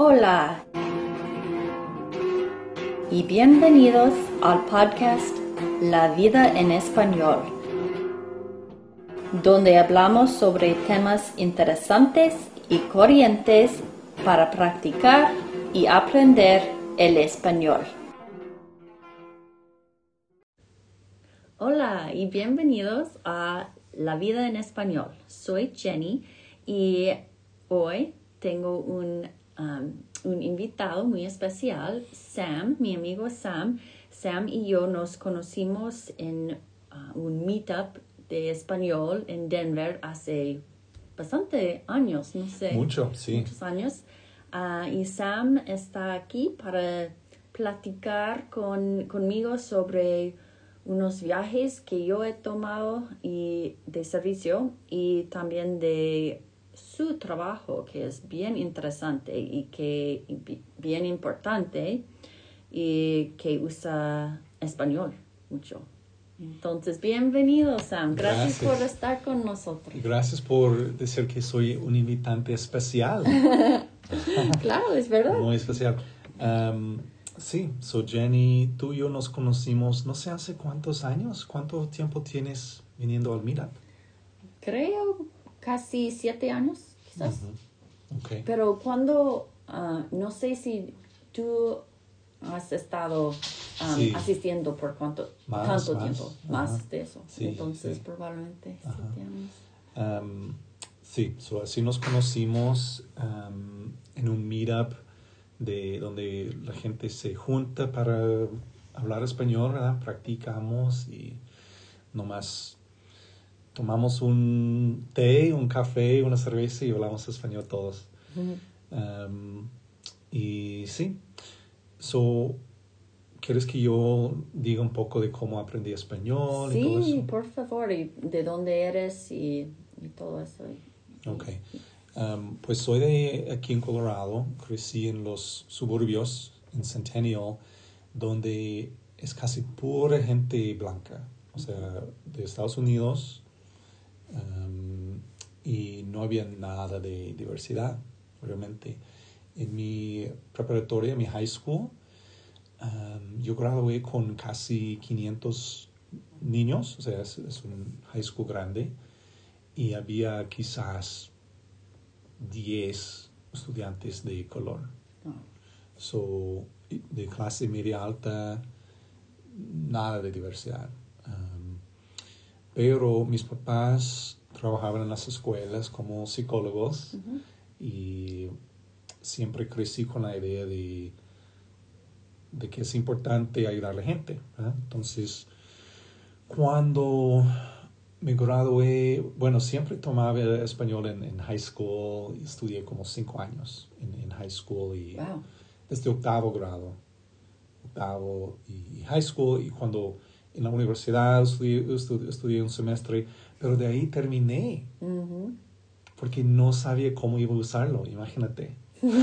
Hola y bienvenidos al podcast La Vida en Español, donde hablamos sobre temas interesantes y corrientes para practicar y aprender el español. Hola y bienvenidos a La Vida en Español. Soy Jenny y hoy tengo un invitado muy especial, Sam, mi amigo Sam. Sam y yo nos conocimos en un meetup de español en Denver hace bastante años, no sé. Muchos años. Y Sam está aquí para platicar conmigo sobre unos viajes que yo he tomado y de servicio y también de su trabajo, que es bien interesante y que bien importante y que usa español mucho. Entonces, bienvenido, Sam. Gracias por estar con nosotros. Gracias por decir que soy un invitante especial. Claro, es verdad. Muy especial. Sí, Jenny, tú y yo nos conocimos no sé hace cuántos años. ¿Cuánto tiempo tienes viniendo al Meetup? Creo casi 7 años, quizás. Uh-huh. Okay. Pero cuando, no sé si tú has estado asistiendo por tanto tiempo, más de eso. Sí, entonces, sí. Probablemente 7 años. Sí, así nos conocimos en un Meetup donde la gente se junta para hablar español, ¿verdad? Practicamos y nomás tomamos un té, un café, una cerveza y hablamos español todos. Uh-huh. Y sí, ¿quieres que yo diga un poco de cómo aprendí español y todo eso? Sí, por favor, y de dónde eres y todo eso. Ok. Pues soy de aquí en Colorado, crecí en los suburbios, en Centennial, donde es casi pura gente blanca, o sea, de Estados Unidos, y no había nada de diversidad, obviamente. En mi preparatoria, mi high school, yo gradué con casi 500 niños, o sea, es un high school grande, y había quizás 10 estudiantes de color. De clase media alta, nada de diversidad. Pero mis papás trabajaban en las escuelas como psicólogos. Uh-huh. Y siempre crecí con la idea de que es importante ayudar a la gente, ¿verdad? Entonces, cuando me gradué, siempre tomaba español en high school, y estudié como 5 años en high school y wow. Desde octavo y high school, y cuando en la universidad estudié un semestre, pero de ahí terminé. Uh-huh. Porque no sabía cómo iba a usarlo, imagínate.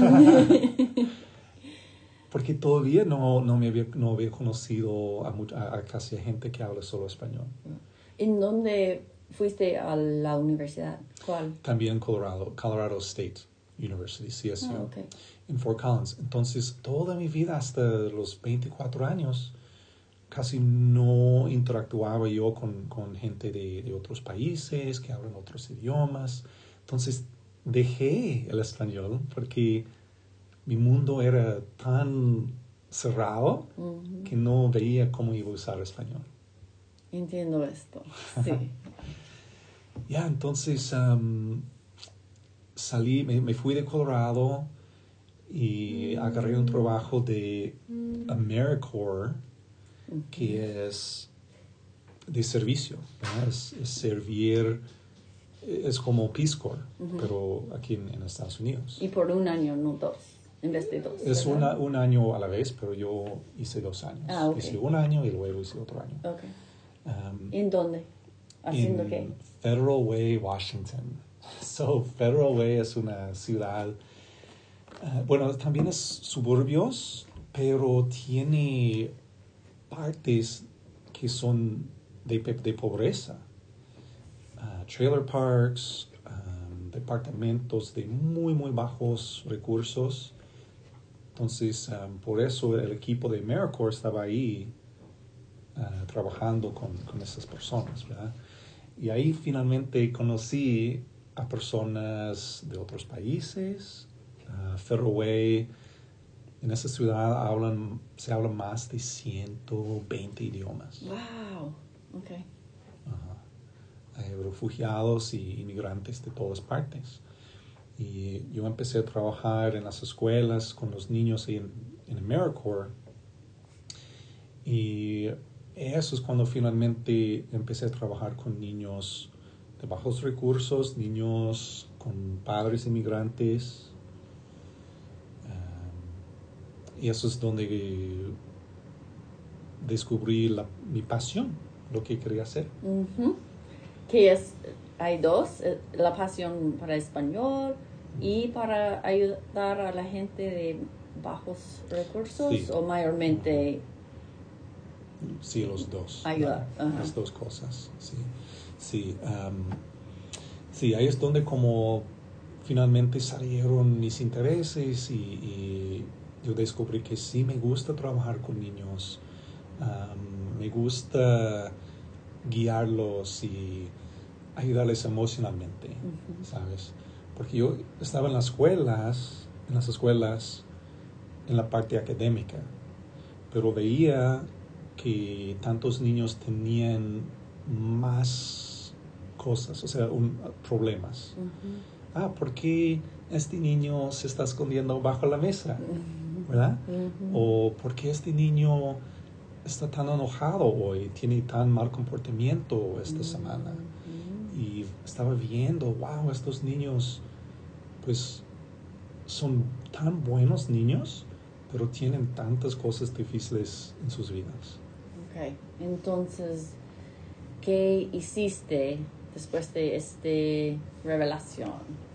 Porque todavía no había conocido a casi gente que habla solo español. ¿En dónde fuiste a la universidad? ¿Cuál? También en Colorado State University, CSU, okay. En Fort Collins. Entonces, toda mi vida, hasta los 24 años, casi no interactuaba yo con gente de otros países que hablan otros idiomas. Entonces, dejé el español porque mi mundo era tan cerrado. Uh-huh. Que no veía cómo iba a usar español. Entiendo esto, sí. Entonces salí, me fui de Colorado y agarré un trabajo de AmeriCorps, que es de servicio, ¿no? Es servir, es como Peace Corps, uh-huh. Pero aquí en Estados Unidos. Y por 1 año, no 2, en vez de 2. Es un año a la vez, pero yo hice 2 años. Okay. Hice 1 año y luego hice otro año. Okay. ¿En dónde? ¿Haciendo qué? Federal Way, Washington. Federal Way es una ciudad, también es suburbios, pero tiene partes que son de pobreza. Trailer parks, departamentos de muy, muy bajos recursos, Entonces, por eso el equipo de AmeriCorps estaba ahí trabajando con esas personas, ¿verdad? Y ahí finalmente conocí a personas de otros países. Federal Way, en esa ciudad se hablan más de 120 idiomas. Wow. Okay. Hay refugiados y inmigrantes de todas partes. Y yo empecé a trabajar en las escuelas con los niños en AmeriCorps. Y eso es cuando finalmente empecé a trabajar con niños de bajos recursos, niños con padres inmigrantes. Y eso es donde descubrí mi pasión, lo que quería hacer. Uh-huh. Que hay dos, la pasión para español y para ayudar a la gente de bajos recursos, Sí. o mayormente Sí, los dos. ayudar. Las dos cosas, sí. Sí, sí, ahí es donde como finalmente salieron mis intereses y yo descubrí que sí me gusta trabajar con niños. Me gusta guiarlos y ayudarles emocionalmente, ¿sabes? Porque yo estaba en las escuelas, en la parte académica, pero veía que tantos niños tenían más cosas, o sea, problemas. ¿Por qué este niño se está escondiendo bajo la mesa? ¿Verdad? O ¿por qué este niño está tan enojado hoy, tiene tan mal comportamiento esta semana? Y estaba viendo, wow, estos niños, pues, son tan buenos niños, pero tienen tantas cosas difíciles en sus vidas. Ok, entonces, ¿qué hiciste después de esta revelación?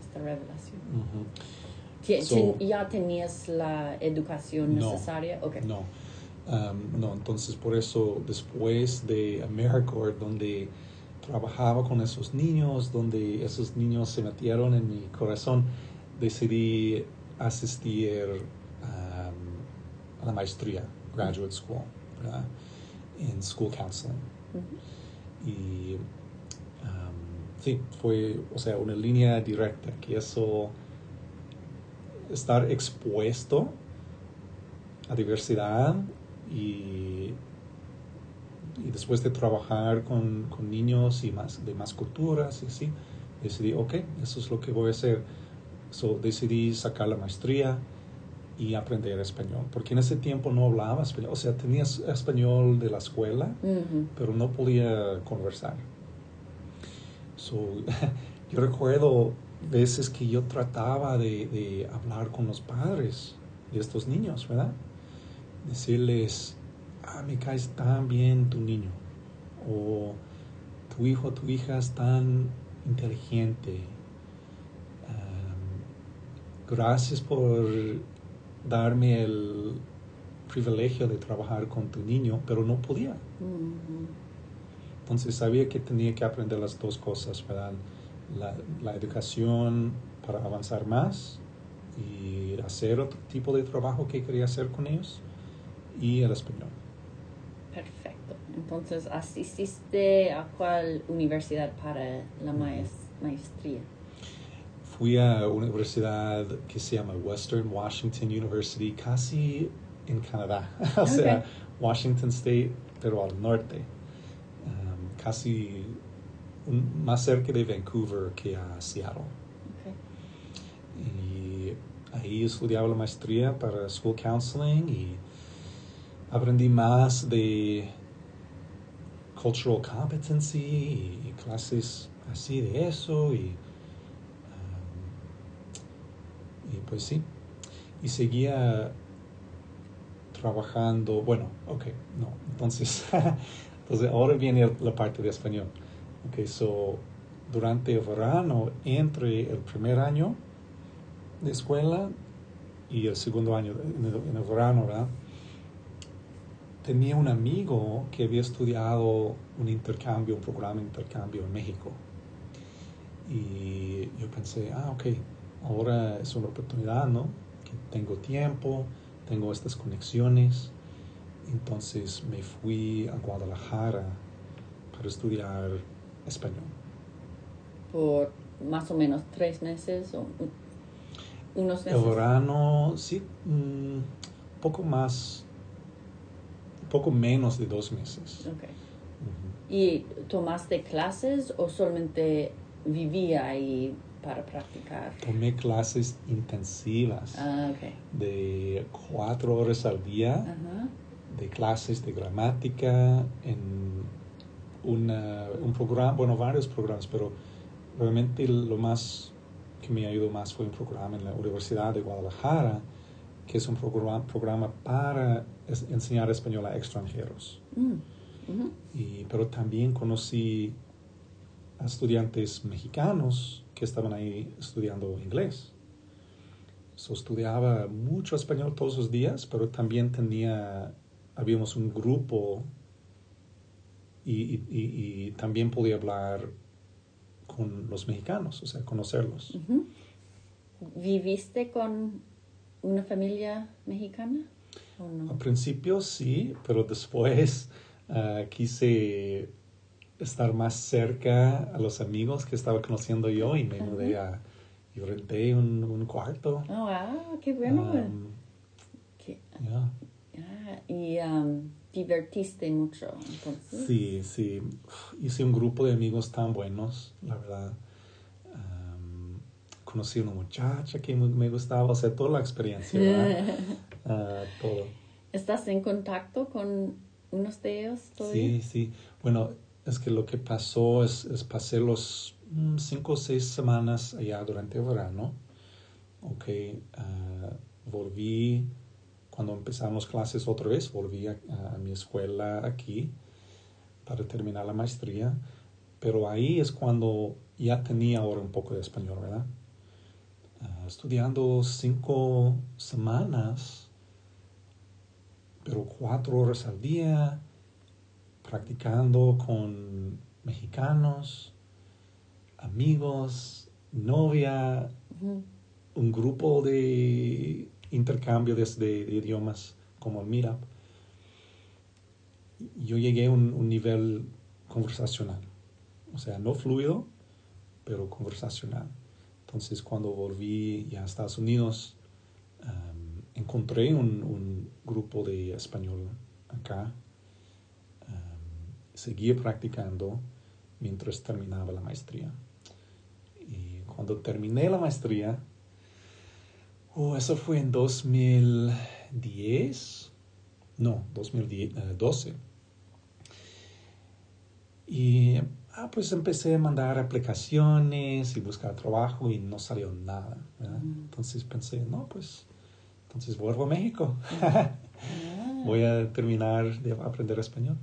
¿Ya tenías la educación necesaria? Okay. No, entonces por eso después de AmeriCorps, donde trabajaba con esos niños, donde esos niños se metieron en mi corazón, decidí asistir a la maestría, graduate school, ¿verdad? En school counseling. Y sí, fue, o sea, una línea directa, que eso, estar expuesto a diversidad y después de trabajar con niños y de más culturas y así, decidí, eso es lo que voy a hacer. So, decidí sacar la maestría y aprender español, porque en ese tiempo no hablaba español, o sea, tenía español de la escuela, pero no podía conversar. So, yo recuerdo veces que yo trataba de hablar con los padres de estos niños, ¿verdad? Decirles, me caes tan bien tu niño, o tu hijo, tu hija es tan inteligente, gracias por darme el privilegio de trabajar con tu niño, pero no podía. Entonces sabía que tenía que aprender las dos cosas, ¿verdad? La educación para avanzar más y hacer otro tipo de trabajo que quería hacer con ellos, y el español. Perfecto. Entonces, ¿asististe a cuál universidad para la maestría? Fui a una universidad que se llama Western Washington University, casi en Canadá. O sea, Washington State, pero al norte. Casi más cerca de Vancouver que a Seattle. Y ahí estudiaba la maestría para school counseling y aprendí más de cultural competency y clases así de eso y pues sí, y seguía trabajando, entonces ahora viene la parte de español. So durante el verano, entre el primer año de escuela y el segundo año en el verano, ¿verdad? Tenía un amigo que había estudiado un programa de intercambio en México. Y yo pensé, ahora es una oportunidad, ¿no? Que tengo tiempo, tengo estas conexiones. Entonces me fui a Guadalajara para estudiar español. Por más o menos 3 meses o unos meses. El verano, sí, poco menos de 2 meses. Okay. Ujú. ¿Y tomaste clases o solamente vivía ahí para practicar? Tomé clases intensivas Okay. de 4 horas al día, de clases de gramática en un programa, bueno, varios programas, pero realmente lo más que me ayudó más fue un programa en la Universidad de Guadalajara, que es un programa para enseñar español a extranjeros. Pero también conocí a estudiantes mexicanos que estaban ahí estudiando inglés. Estudiaba mucho español todos los días, pero también habíamos un grupo y también podía hablar con los mexicanos, o sea, conocerlos. ¿Viviste con una familia mexicana o no? Al principio sí, pero después quise estar más cerca a los amigos que estaba conociendo yo y me mudé y renté un cuarto. Oh, wow, qué bueno. Y divertiste mucho, entonces. Sí. Hice un grupo de amigos tan buenos, la verdad. Conocí a una muchacha que me gustaba, o sea, toda la experiencia, ¿verdad? Todo. ¿Estás en contacto con unos de ellos todavía? Sí. Bueno, es que lo que pasó es pasé los 5 o 6 semanas allá durante el verano. Volví, cuando empezamos clases otra vez, volví a mi escuela aquí para terminar la maestría. Pero ahí es cuando ya tenía ahora un poco de español, ¿verdad? Estudiando 5 semanas, pero 4 horas al día, practicando con mexicanos, amigos, novia, un grupo de intercambio de idiomas como el Meetup. Yo llegué a un nivel conversacional, o sea, no fluido, pero conversacional. Entonces, cuando volví ya a Estados Unidos, encontré un grupo de español acá. Seguía practicando mientras terminaba la maestría. Y cuando terminé la maestría, eso fue en 2010, no, 2012. Y pues empecé a mandar aplicaciones y buscar trabajo y no salió nada, ¿verdad? Entonces pensé, no, pues, entonces vuelvo a México. Voy a terminar de aprender español.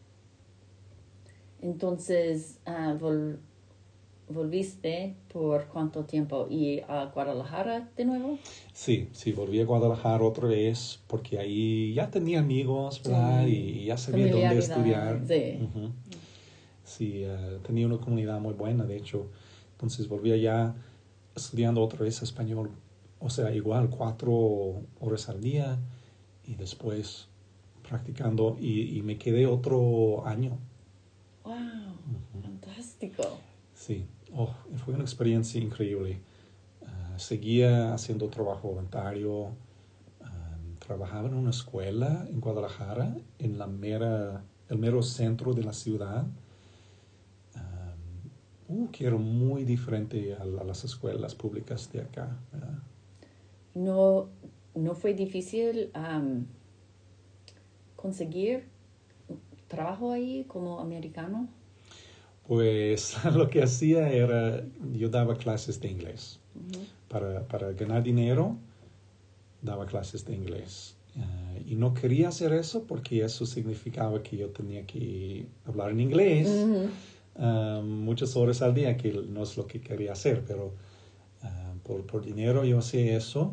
Entonces, ¿volviste por cuánto tiempo? ¿Y a Guadalajara de nuevo? Sí, volví a Guadalajara otra vez porque ahí ya tenía amigos, ¿verdad? Y ya sabía dónde estudiar. Sí. Sí, tenía una comunidad muy buena, de hecho. Entonces volví allá estudiando otra vez español, o sea, igual 4 horas al día y después practicando y me quedé otro año. ¡Wow! Fantástico. Sí, fue una experiencia increíble. Seguía haciendo trabajo voluntario, trabajaba en una escuela en Guadalajara, en el mero centro de la ciudad, que era muy diferente a las escuelas públicas de acá, ¿verdad? ¿No fue difícil conseguir trabajo ahí como americano? Pues lo que hacía era, yo daba clases de inglés. Para ganar dinero, daba clases de inglés. Y no quería hacer eso porque eso significaba que yo tenía que hablar en inglés muchas horas al día, que no es lo que quería hacer, pero por dinero yo hacía eso.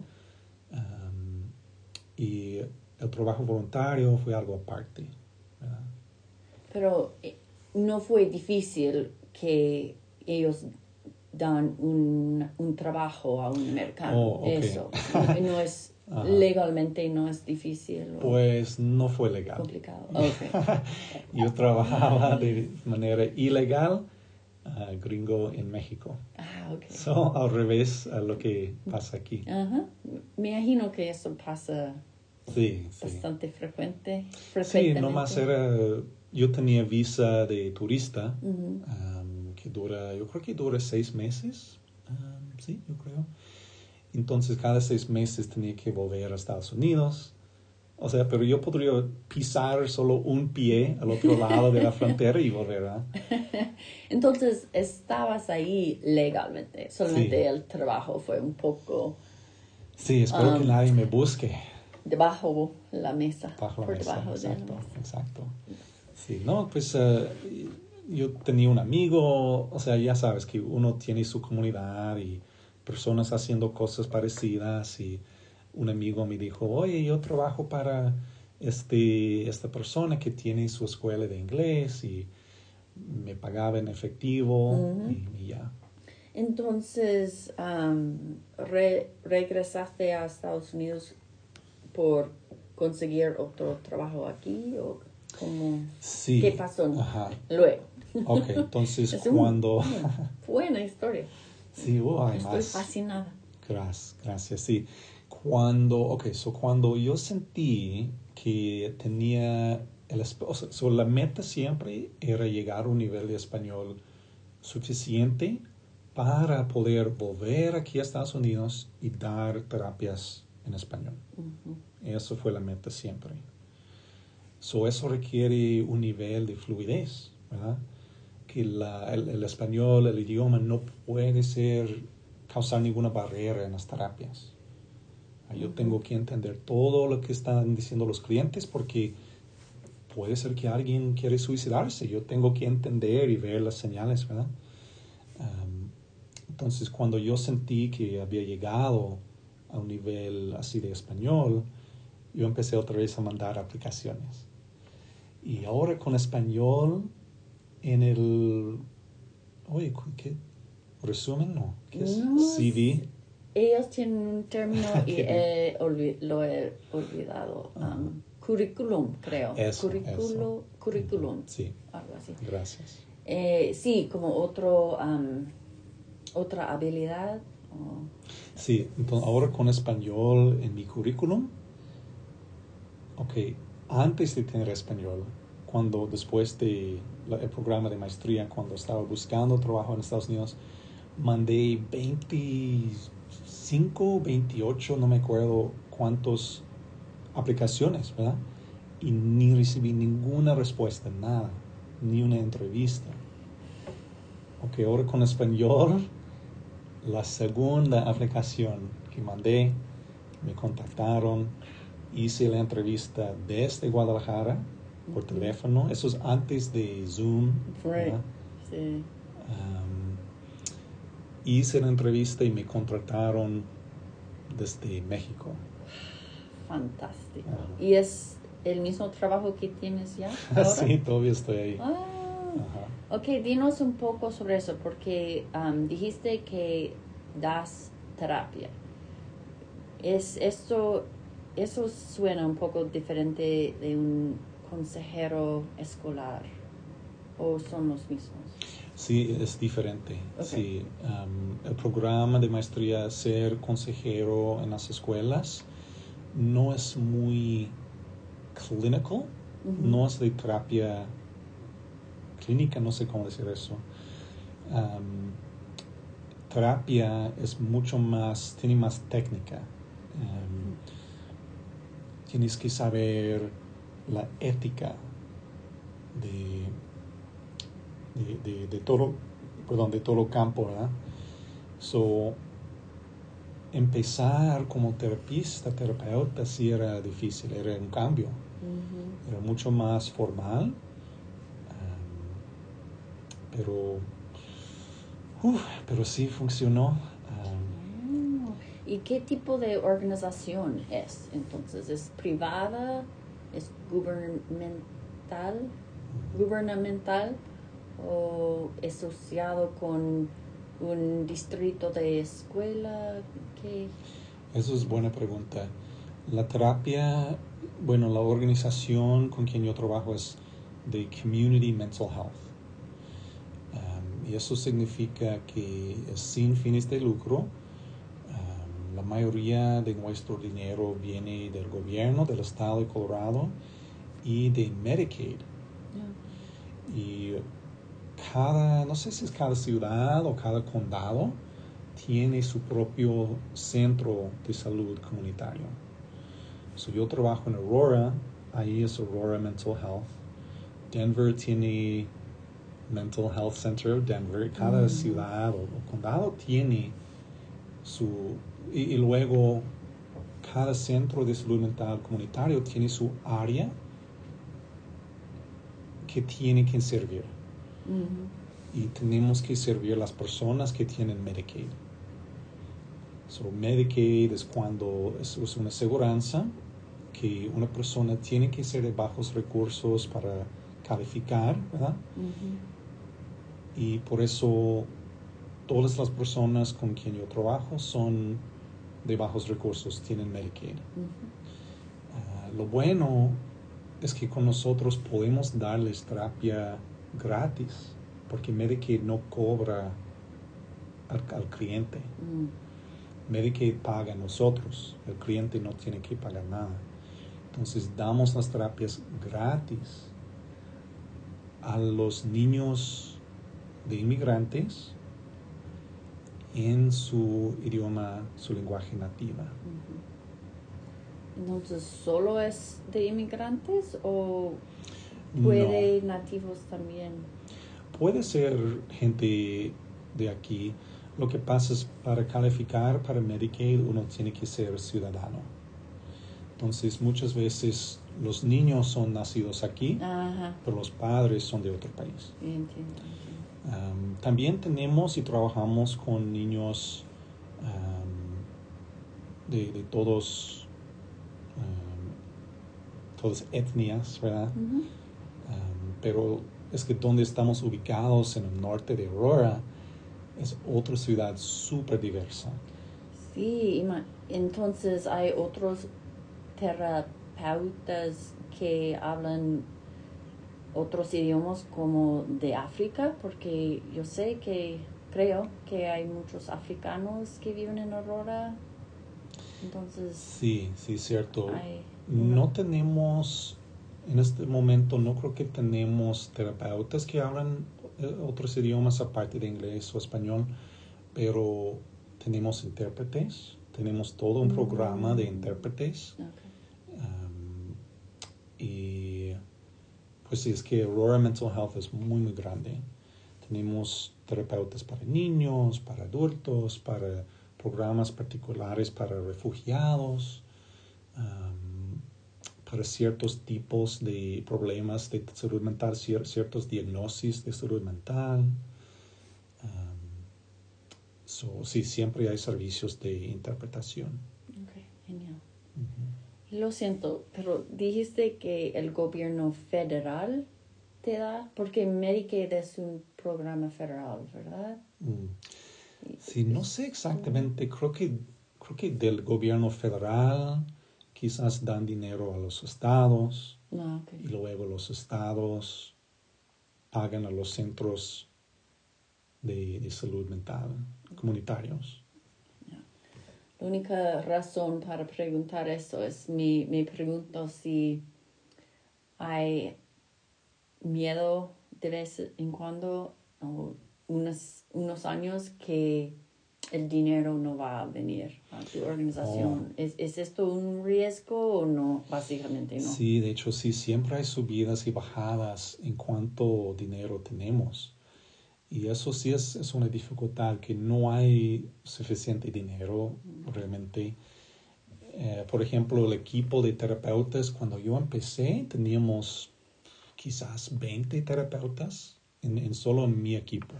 Y el trabajo voluntario fue algo aparte, ¿verdad? Pero no fue difícil que ellos dan un trabajo a un americano. Okay. Eso no es Ajá. Legalmente no es difícil o Pues no fue legal. complicado. Okay. Yo trabajaba de manera ilegal, gringo en México. Okay. So, al revés a lo que pasa aquí. Ajá. Me imagino que eso pasa Sí. bastante Sí, frecuentemente. nomás yo tenía visa de turista, Ujú. yo creo que dura 6 meses. Sí, yo creo. Entonces, cada 6 meses tenía que volver a Estados Unidos. O sea, pero yo podría pisar solo un pie al otro lado de la frontera y volver, ¿verdad? Entonces, estabas ahí legalmente. Solamente Sí. el trabajo fue un poco Sí, espero que nadie me busque debajo la mesa. bajo la Por mesa. debajo de la Exacto, mesa. exacto. Sí, no, pues yo tenía un amigo, o sea, ya sabes que uno tiene su comunidad y personas haciendo cosas parecidas y un amigo me dijo, oye, yo trabajo para esta persona que tiene su escuela de inglés y me pagaba en efectivo y ya. Entonces, ¿regresaste a Estados Unidos por conseguir otro trabajo aquí o cómo? Sí. ¿Qué pasó Ajá. luego? Ok, entonces Es cuando... buena historia. Sí, hay Estoy más. fascinada. Gracias, sí. Cuando yo sentí que tenía la meta siempre era llegar a un nivel de español suficiente para poder volver aquí a Estados Unidos y dar terapias en español. Eso fue la meta siempre. Eso requiere un nivel de fluidez, ¿verdad? Que el español, el idioma, no puede causar ninguna barrera en las terapias. Yo tengo que entender todo lo que están diciendo los clientes porque puede ser que alguien quiere suicidarse. Yo tengo que entender y ver las señales, ¿verdad? Entonces, cuando yo sentí que había llegado a un nivel así de español, yo empecé otra vez a mandar aplicaciones. Y ahora con español en el... Oye, ¿qué? ¿Resumen? No. ¿Qué es? No, CV. ellos tienen un término y Tienen. lo he olvidado. Curriculum, creo. Eso. Curriculum. Sí, Algo así. gracias. Sí, como otra habilidad. Sí, entonces ahora con español en mi currículum, ok, antes de tener español, después de el programa de maestría, cuando estaba buscando trabajo en Estados Unidos, mandé 25, 28, no me acuerdo cuántas aplicaciones, ¿verdad? Y ni recibí ninguna respuesta, nada, ni una entrevista. Ok, ahora con español, la segunda aplicación que mandé, me contactaron, hice la entrevista desde Guadalajara por teléfono, eso es antes de Zoom. Right. Sí. Hice la entrevista y me contrataron desde México. Fantástico. ¿Y es el mismo trabajo que tienes ya ahora? Sí, todavía estoy ahí. Ok, dinos un poco sobre eso, porque dijiste que das terapia. Eso suena un poco diferente de un consejero escolar, ¿o son los mismos? Sí, es diferente. Okay. Sí, el programa de maestría ser consejero en las escuelas no es muy clinical, no es de terapia clínica, no sé cómo decir eso. Terapia es mucho más, tiene más técnica. Tienes que saber la ética de todo campo, ¿verdad? Empezar como terapeuta sí era difícil, era un cambio. Era mucho más formal, pero sí funcionó. ¿Y qué tipo de organización es? Entonces, ¿es privada? ¿Es gubernamental? ¿O asociado con un distrito de escuela? ¿Qué? Eso es buena pregunta. La terapia, bueno, la organización con quien yo trabajo es de Community Mental Health. Y eso significa que es sin fines de lucro. La mayoría de nuestro dinero viene del gobierno, del estado de Colorado y de Medicaid. Y no sé si es cada ciudad o cada condado, tiene su propio centro de salud comunitario. Yo trabajo en Aurora, ahí es Aurora Mental Health. Denver tiene Mental Health Center of Denver. Cada ciudad o condado tiene su... Y luego cada centro de salud mental comunitario tiene su área que tiene que servir. Y tenemos que servir a las personas que tienen Medicaid. Medicaid es cuando es una aseguranza que una persona tiene que ser de bajos recursos para calificar, ¿verdad? Y por eso todas las personas con quien yo trabajo son de bajos recursos, tienen Medicaid. Lo bueno es que con nosotros podemos darles terapia gratis, porque Medicaid no cobra al cliente. Medicaid paga a nosotros, el cliente no tiene que pagar nada. Entonces damos las terapias gratis a los niños de inmigrantes en su idioma, su lenguaje nativa. Entonces, ¿solo es de inmigrantes o puede nativos también? Puede ser gente de aquí. Lo que pasa es para calificar para Medicaid uno tiene que ser ciudadano. Entonces muchas veces los niños son nacidos aquí, pero los padres son de otro país. Entiendo. También tenemos y trabajamos con niños de todas etnias, ¿verdad? Pero es que donde estamos ubicados en el norte de Aurora es otra ciudad súper diversa. Sí, entonces hay otros terapeutas que hablan otros idiomas como de África, porque yo creo que hay muchos africanos que viven en Aurora. Entonces, sí, cierto. No tenemos, en este momento no creo que tenemos terapeutas que hablan otros idiomas aparte de inglés o español, pero tenemos intérpretes, tenemos todo un programa de intérpretes. Y pues sí, es que Aurora Mental Health es muy, muy grande. Tenemos terapeutas para niños, para adultos, para programas particulares para refugiados, para ciertos tipos de problemas de salud mental, ciertos diagnósticos de salud mental. Sí, siempre hay servicios de interpretación. Ok, genial. Lo siento, pero dijiste que el gobierno federal te da, porque Medicaid es un programa federal, ¿verdad? Sí, no sé exactamente, creo que del gobierno federal quizás dan dinero a los estados y luego los estados pagan a los centros de salud mental comunitarios. La única razón para preguntar eso es me pregunto si hay miedo de vez en cuando o unos años que el dinero no va a venir a tu organización. ¿Es esto un riesgo o no? Básicamente no. Sí, de hecho sí, siempre hay subidas y bajadas en cuánto dinero tenemos. Y eso sí es una dificultad, que no hay suficiente dinero realmente. Por ejemplo, el equipo de terapeutas, cuando yo empecé, teníamos quizás 20 terapeutas solo en mi equipo.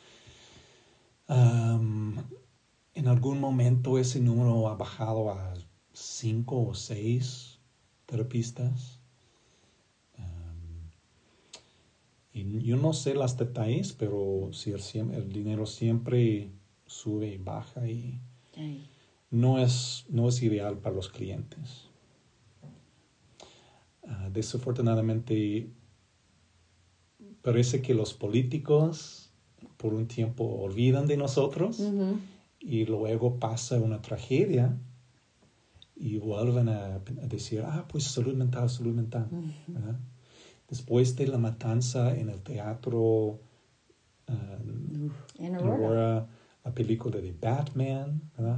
En algún momento ese número ha bajado a 5 o 6 terapistas. Y yo no sé los detalles, pero sí, el dinero siempre sube y baja y no es ideal para los clientes. Desafortunadamente, parece que los políticos por un tiempo olvidan de nosotros y luego pasa una tragedia y vuelven a decir, pues salud mental, ¿verdad? Después de la matanza en el teatro, En en Aurora. Aurora, la película de Batman, ¿verdad?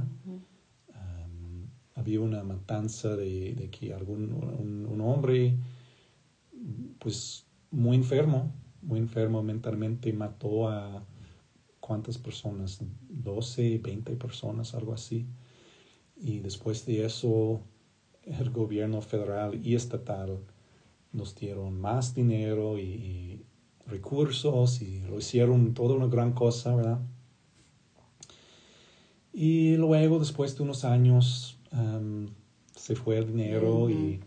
Había una matanza de que un hombre, pues muy enfermo mentalmente, mató a ¿cuántas personas? 12, 20 personas, algo así. Y después de eso, el gobierno federal y estatal nos dieron más dinero y recursos y lo hicieron toda una gran cosa, ¿verdad? Y luego, después de unos años, se fue el dinero y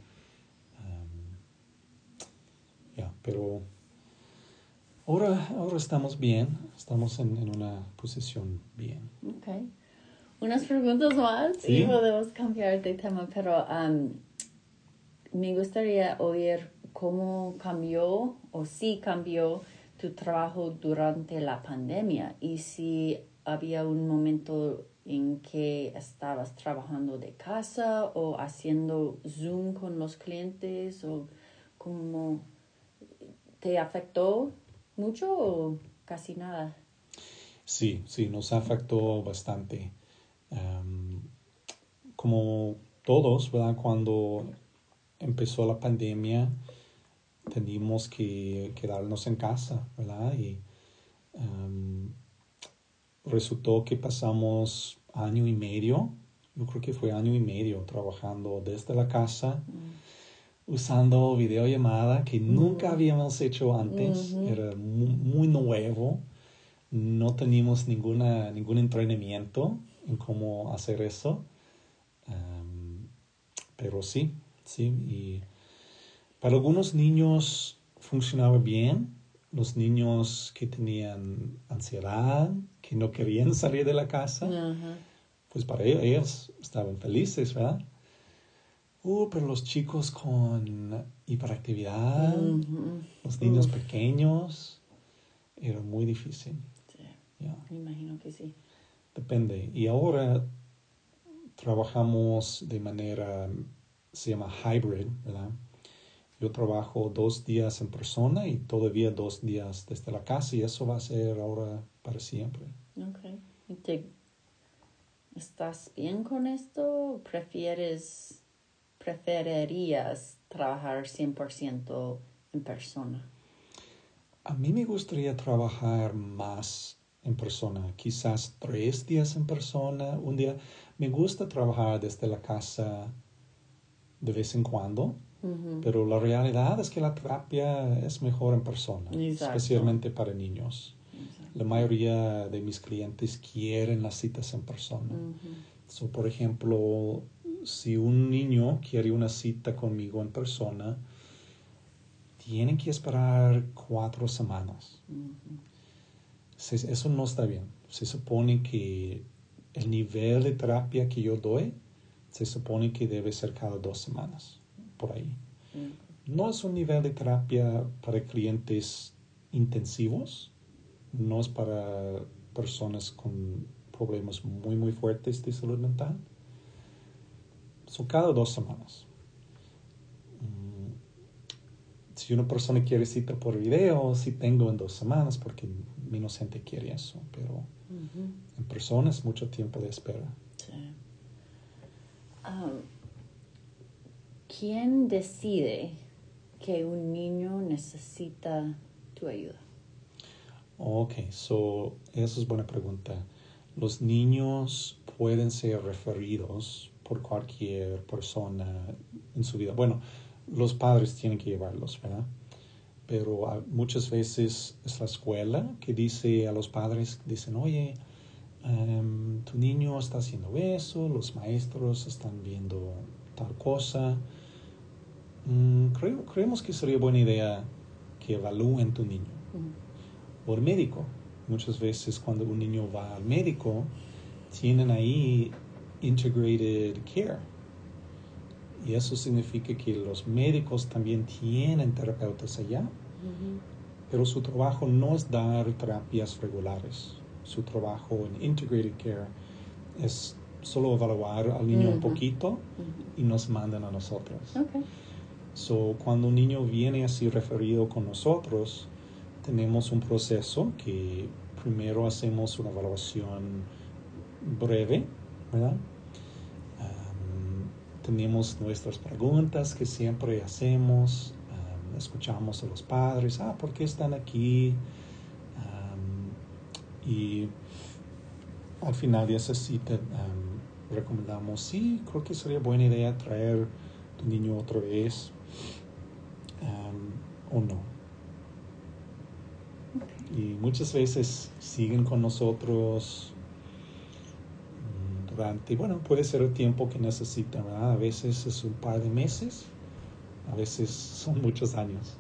pero ahora estamos bien, estamos en una posición bien. Okay. Unas preguntas más ¿Sí? y podemos cambiar de tema, pero me gustaría oír cómo cambió o si cambió tu trabajo durante la pandemia y si había un momento en que estabas trabajando de casa o haciendo Zoom con los clientes o cómo te afectó mucho o casi nada. Sí, nos afectó bastante. Como todos, ¿verdad? Cuando empezó la pandemia, teníamos que quedarnos en casa, ¿verdad? Y resultó que pasamos año y medio, yo creo que fue año y medio trabajando desde la casa, usando videollamada que nunca habíamos hecho antes, era muy nuevo, no teníamos ningún entrenamiento en cómo hacer eso, pero sí, y para algunos niños funcionaba bien, los niños que tenían ansiedad, que no querían salir de la casa, pues para ellos estaban felices, ¿verdad? Pero los chicos con hiperactividad, los niños pequeños, era muy difícil. Sí, me imagino que sí. Depende. Y ahora trabajamos de manera, se llama hybrid, ¿verdad? Yo trabajo 2 días en persona y todavía 2 días desde la casa y eso va a ser ahora para siempre. Okay. ¿Estás bien con esto? ¿Preferirías trabajar 100% en persona? A mí me gustaría trabajar más en persona, quizás 3 días en persona, un día. Me gusta trabajar desde la casa de vez en cuando, pero la realidad es que la terapia es mejor en persona, especialmente para niños. La mayoría de mis clientes quieren las citas en persona. Por ejemplo, si un niño quiere una cita conmigo en persona, tiene que esperar 4 semanas. Eso no está bien. Se supone que el nivel de terapia que yo doy, se supone que debe ser cada 2 semanas, por ahí. No es un nivel de terapia para clientes intensivos, no es para personas con problemas muy, muy fuertes de salud mental. Son cada 2 semanas. Si una persona quiere cita por video, sí tengo en 2 semanas porque menos gente quiere eso, pero en persona es mucho tiempo de espera. Sí. ¿Quién decide que un niño necesita tu ayuda? Ok, eso es buena pregunta. Los niños pueden ser referidos por cualquier persona en su vida. Bueno, los padres tienen que llevarlos, ¿verdad? Pero muchas veces es la escuela que dice a los padres, dicen, oye, tu niño está haciendo eso, los maestros están viendo tal cosa. Creemos que sería buena idea que evalúen tu niño. O el médico. Muchas veces cuando un niño va al médico, tienen ahí integrated care. Y eso significa que los médicos también tienen terapeutas allá, pero su trabajo no es dar terapias regulares. Su trabajo en Integrated Care es solo evaluar al niño un poquito y nos mandan a nosotros. Okay. So, cuando un niño viene así referido con nosotros, tenemos un proceso que primero hacemos una evaluación breve, ¿verdad? Tenemos nuestras preguntas que siempre hacemos, escuchamos a los padres, ¿por qué están aquí? Y al final de esa cita recomendamos, sí, creo que sería buena idea traer tu niño otra vez, o no. Okay. Y muchas veces siguen con nosotros durante, puede ser el tiempo que necesitan, ¿verdad? A veces es un par de meses, a veces son muchos años.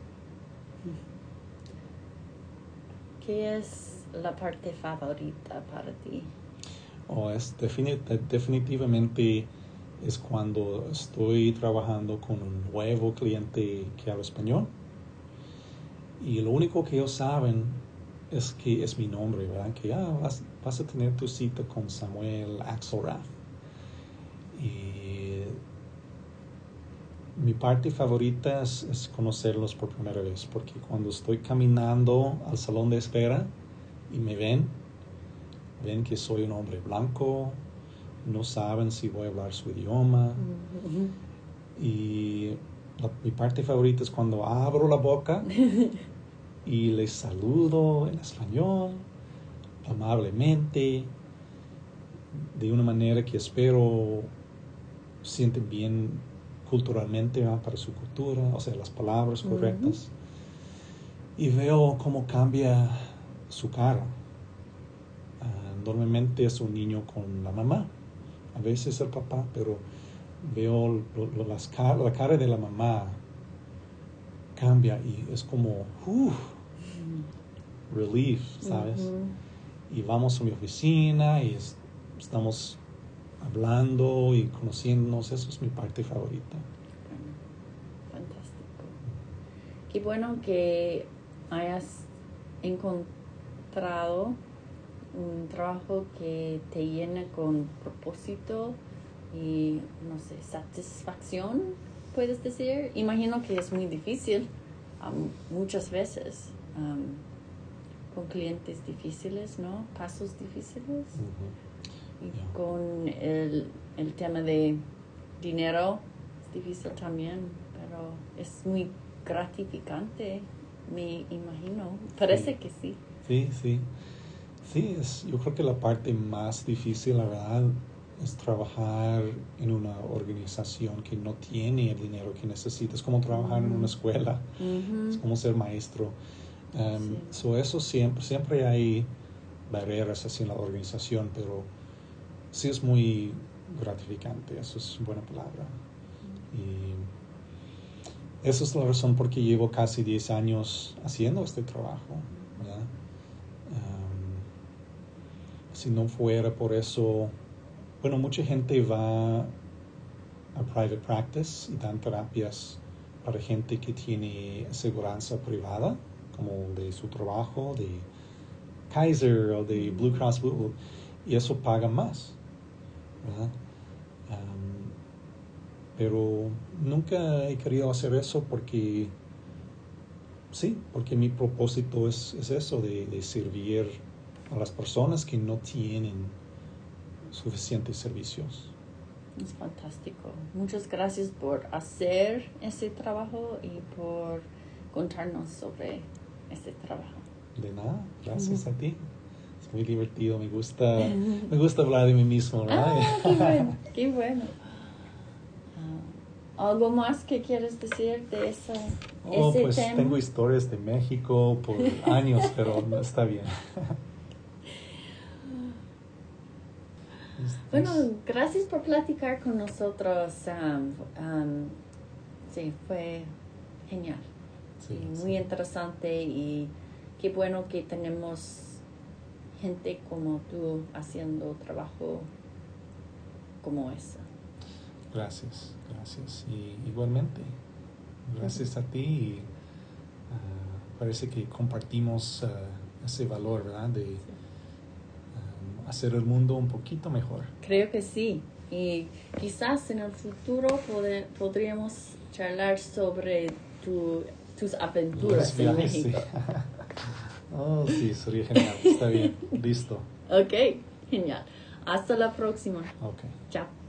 ¿Qué es la parte favorita para ti? Es definitivamente es cuando estoy trabajando con un nuevo cliente que habla español y lo único que ellos saben es que es mi nombre, ¿verdad? Que vas a tener tu cita con Samuel Axelrod. Y mi parte favorita es conocerlos por primera vez, porque cuando estoy caminando al salón de espera y me ven que soy un hombre blanco, no saben si voy a hablar su idioma. Y mi parte favorita es cuando abro la boca y les saludo en español, amablemente, de una manera que espero sienten bien culturalmente, ¿verdad? Para su cultura, o sea, las palabras correctas. Y veo cómo cambia su cara. Normalmente es un niño con la mamá, a veces el papá, pero veo la cara de la mamá cambia y es como relief, ¿sabes? Y vamos a mi oficina y estamos hablando y conociéndonos. Eso es mi parte favorita. Fantástico. Qué bueno que hayas encontrado un trabajo que te llena con propósito y, no sé, satisfacción, puedes decir. Imagino que es muy difícil muchas veces con clientes difíciles, ¿no? Casos difíciles. Y con el tema de dinero es difícil también, pero es muy gratificante, me imagino. Parece que sí. Sí, yo creo que la parte más difícil, la verdad, es trabajar en una organización que no tiene el dinero que necesita. Es como trabajar en una escuela, es como ser maestro. Eso siempre hay barreras así en la organización, pero sí es muy gratificante, eso es una buena palabra. Y esa es la razón por qué llevo casi 10 años haciendo este trabajo, ¿verdad? Si no fuera por eso, mucha gente va a private practice y dan terapias para gente que tiene aseguranza privada, como de su trabajo, de Kaiser o de Blue Cross Blue, y eso paga más, ¿verdad? Pero nunca he querido hacer eso porque mi propósito es eso, de servir a las personas que no tienen suficientes servicios. Es fantástico. Muchas gracias por hacer ese trabajo y por contarnos sobre este trabajo. De nada, gracias a ti. Es muy divertido, me gusta hablar de mí mismo, ¿verdad? Qué bueno. ¿Algo más que quieres decir de ese pues tema? Tengo historias de México por años, pero no está bien. Bueno, gracias por platicar con nosotros. Sí, fue genial. Sí, muy interesante y qué bueno que tenemos gente como tú haciendo trabajo como ese. Gracias. Y igualmente, gracias a ti. Y, parece que compartimos ese valor, ¿verdad? De hacer el mundo un poquito mejor. Creo que sí. Y quizás en el futuro podríamos charlar sobre tus aventuras en México. Sí. Oh, sí, sería genial. Está bien. Listo. Ok, genial. Hasta la próxima. Ok. Chao.